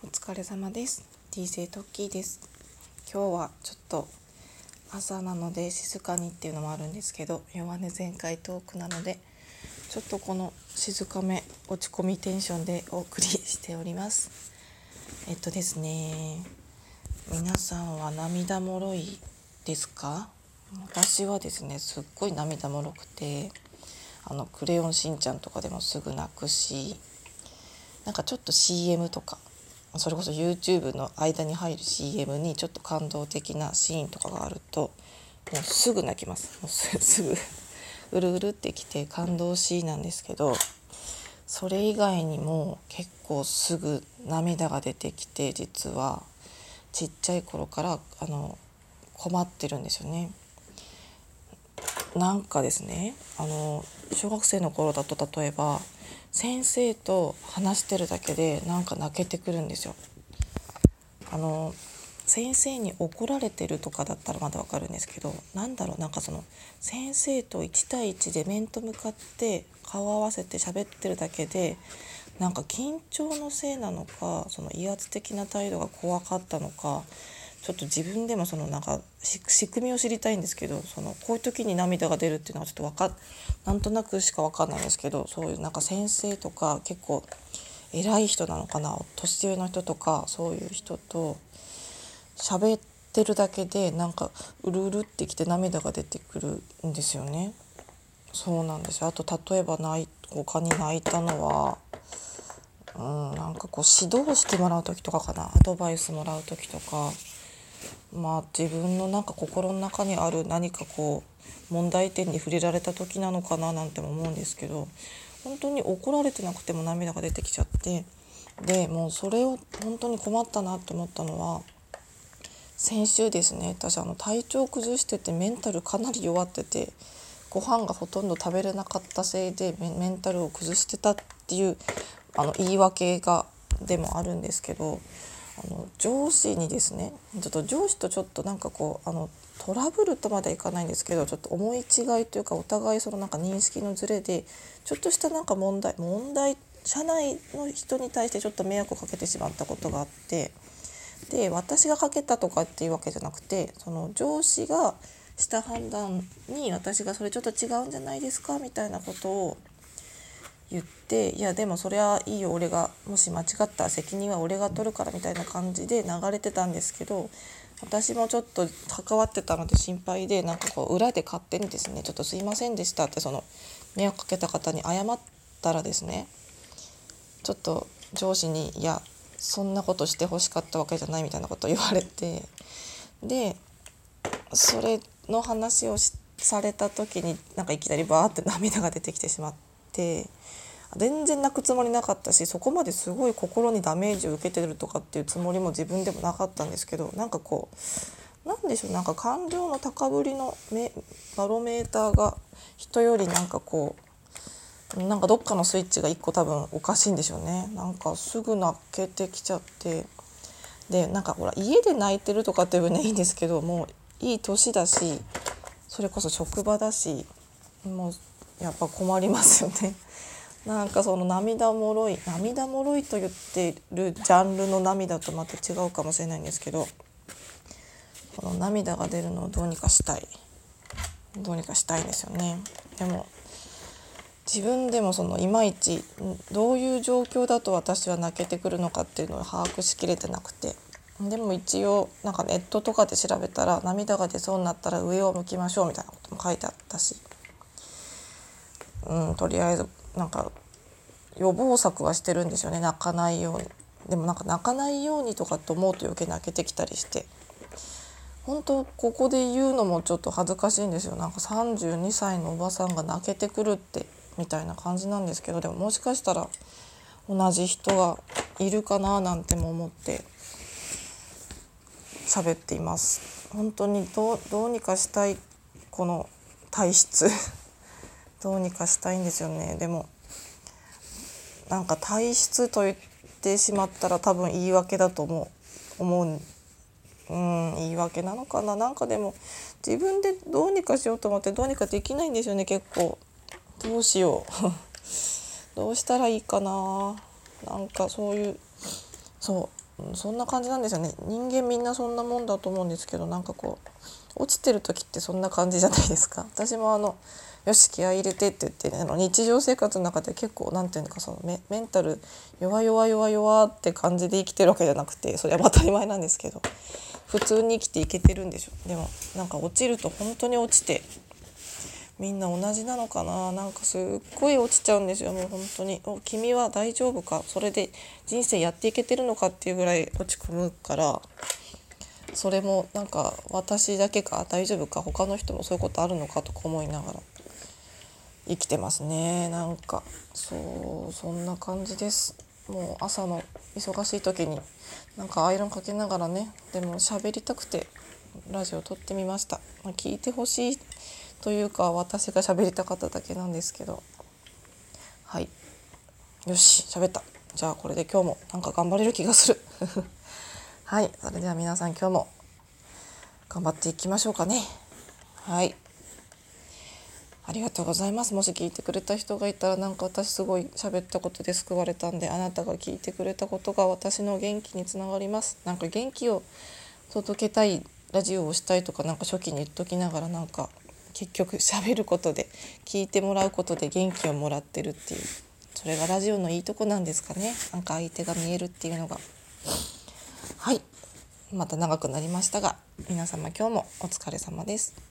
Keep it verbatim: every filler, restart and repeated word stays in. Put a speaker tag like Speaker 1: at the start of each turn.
Speaker 1: お疲れ様です。 ディージェー トッキーです。今日はちょっと朝なので静かにっていうのもあるんですけど、弱音全開トークなのでちょっとこの静かめ落ち込みテンションでお送りしております。えっとですね皆さんは涙もろいですか？私はですねすっごい涙もろくて、あのクレヨンしんちゃんとかでもすぐ泣くし、なんかちょっと シーエム とかそれこそ YouTube の間に入る シーエム にちょっと感動的なシーンとかがあるともうすぐ泣きます。もうすすぐうるうるってきて感動しいなんですけど、それ以外にも結構すぐ涙が出てきて、実はちっちゃい頃からあの困ってるんですよね。なんかですねあの小学生の頃だと、例えば先生と話してるだけでなんか泣けてくるんですよ。あの先生に怒られてるとかだったらまだわかるんですけど、なんだろうなんかその先生といち対いちで面と向かって顔合わせて喋ってるだけでなんか緊張のせいなのか、その威圧的な態度が怖かったのか、ちょっと自分でもそのなんか仕組みを知りたいんですけど、そのこういう時に涙が出るっていうのはちょっとわかなんとなくしか分かんないんですけど、そういうなんか先生とか結構偉い人なのかな、年上の人とかそういう人と喋ってるだけでなんかうるうるってきて涙が出てくるんですよね。そうなんですよ。あと例えば泣い他に泣いたのは、うん、なんかこう指導してもらう時とかかな、アドバイスもらう時とか、まあ自分のなんか心の中にある何かこう問題点に触れられた時なのかななんても思うんですけど、本当に怒られてなくても涙が出てきちゃって、でもうそれを本当に困ったなと思ったのは、先週ですね、私あの体調を崩しててメンタルかなり弱ってて、ご飯がほとんど食べれなかったせいでメンタルを崩してたっていうあの言い訳がでもあるんですけど、あの上司にですねちょっと上司とちょっとなんかこうあのトラブルとまではいかないんですけど、ちょっと思い違いというかお互いそのなんか認識のズレでちょっとしたなんか問題問題社内の人に対してちょっと迷惑をかけてしまったことがあって、で私がかけたとかっていうわけじゃなくて、その上司がした判断に私がそれちょっと違うんじゃないですかみたいなことを言って、いやでもそれはいいよ、俺がもし間違ったら責任は俺が取るからみたいな感じで流れてたんですけど、私もちょっと関わってたので心配で、なんかこう裏で勝手にですねちょっとすいませんでしたってその迷惑かけた方に謝ったらですね、ちょっと上司にいやそんなことしてほしかったわけじゃないみたいなことを言われて、でそれの話をされた時になんかいきなりバーって涙が出てきてしまって、全然泣くつもりなかったし、そこまですごい心にダメージを受けてるとかっていうつもりも自分でもなかったんですけど、なんかこうなんでしょう、なんか感情の高ぶりのメバロメーターが人よりなんかこうなんかどっかのスイッチが一個多分おかしいんでしょうね。なんかすぐ泣けてきちゃって、でなんかほら家で泣いてるとかっていう分にはいいんですけど、もういい年だしそれこそ職場だし、もうやっぱ困りますよね。なんかその涙もろい涙もろいと言ってるジャンルの涙とまた違うかもしれないんですけど、この涙が出るのをどうにかしたいどうにかしたいですよね。でも自分でもそのいまいちどういう状況だと私は泣けてくるのかっていうのを把握しきれてなくて、でも一応なんかネットとかで調べたら涙が出そうになったら上を向きましょうみたいなことも書いてあったし、うん、とりあえずなんか予防策はしてるんですよね、泣かないように。でもなんか泣かないようにとかって思うと余計泣けてきたりして、本当ここで言うのもちょっと恥ずかしいんですよ。なんかさんじゅうにさいのおばさんが泣けてくるってみたいな感じなんですけど、でももしかしたら同じ人がいるかななんても思って喋っています。本当にどう、どうにかしたいこの体質どうにかしたいんですよね。でもなんか体質と言ってしまったら多分言い訳だと思う思ううん言い訳なのかな。なんかでも自分でどうにかしようと思ってどうにかできないんですよね。結構どうしようどうしたらいいかな。なんかそういうそうそんな感じなんですよね。人間みんなそんなもんだと思うんですけど、なんかこう落ちてる時ってそんな感じじゃないですか。私もあのよし気合い入れてって言って、ね、あの日常生活の中で結構なんていうのか、その メ, メンタル弱弱弱弱って感じで生きてるわけじゃなくて、それは当たり前なんですけど、普通に生きていけてるんでしょ。でもなんか落ちると本当に落ちて、みんな同じなのかな、なんかすっごい落ちちゃうんですよ。もう本当にお君は大丈夫か、それで人生やっていけてるのかっていうぐらい落ち込むから、それもなんか私だけか大丈夫か、他の人もそういうことあるのかとか思いながら生きてますね。なんかそうそんな感じです。もう朝の忙しい時になんかアイロンかけながらね、でも喋りたくてラジオ撮ってみました。まあ、聞いてほしいというか私が喋りたかっただけなんですけど、はい、よし喋った。じゃあこれで今日もなんか頑張れる気がするはい、それでは皆さん今日も頑張っていきましょうかね。はい、ありがとうございます。もし聞いてくれた人がいたら、なんか私すごい喋ったことで救われたんで、あなたが聞いてくれたことが私の元気につながります。なんか元気を届けたいラジオをしたいとかなんか初期に言っときながら、なんか結局喋ることで聞いてもらうことで元気をもらってるっていう、それがラジオのいいとこなんですかね。なんか相手が見えるっていうのが。はい、また長くなりましたが皆様今日もお疲れ様です。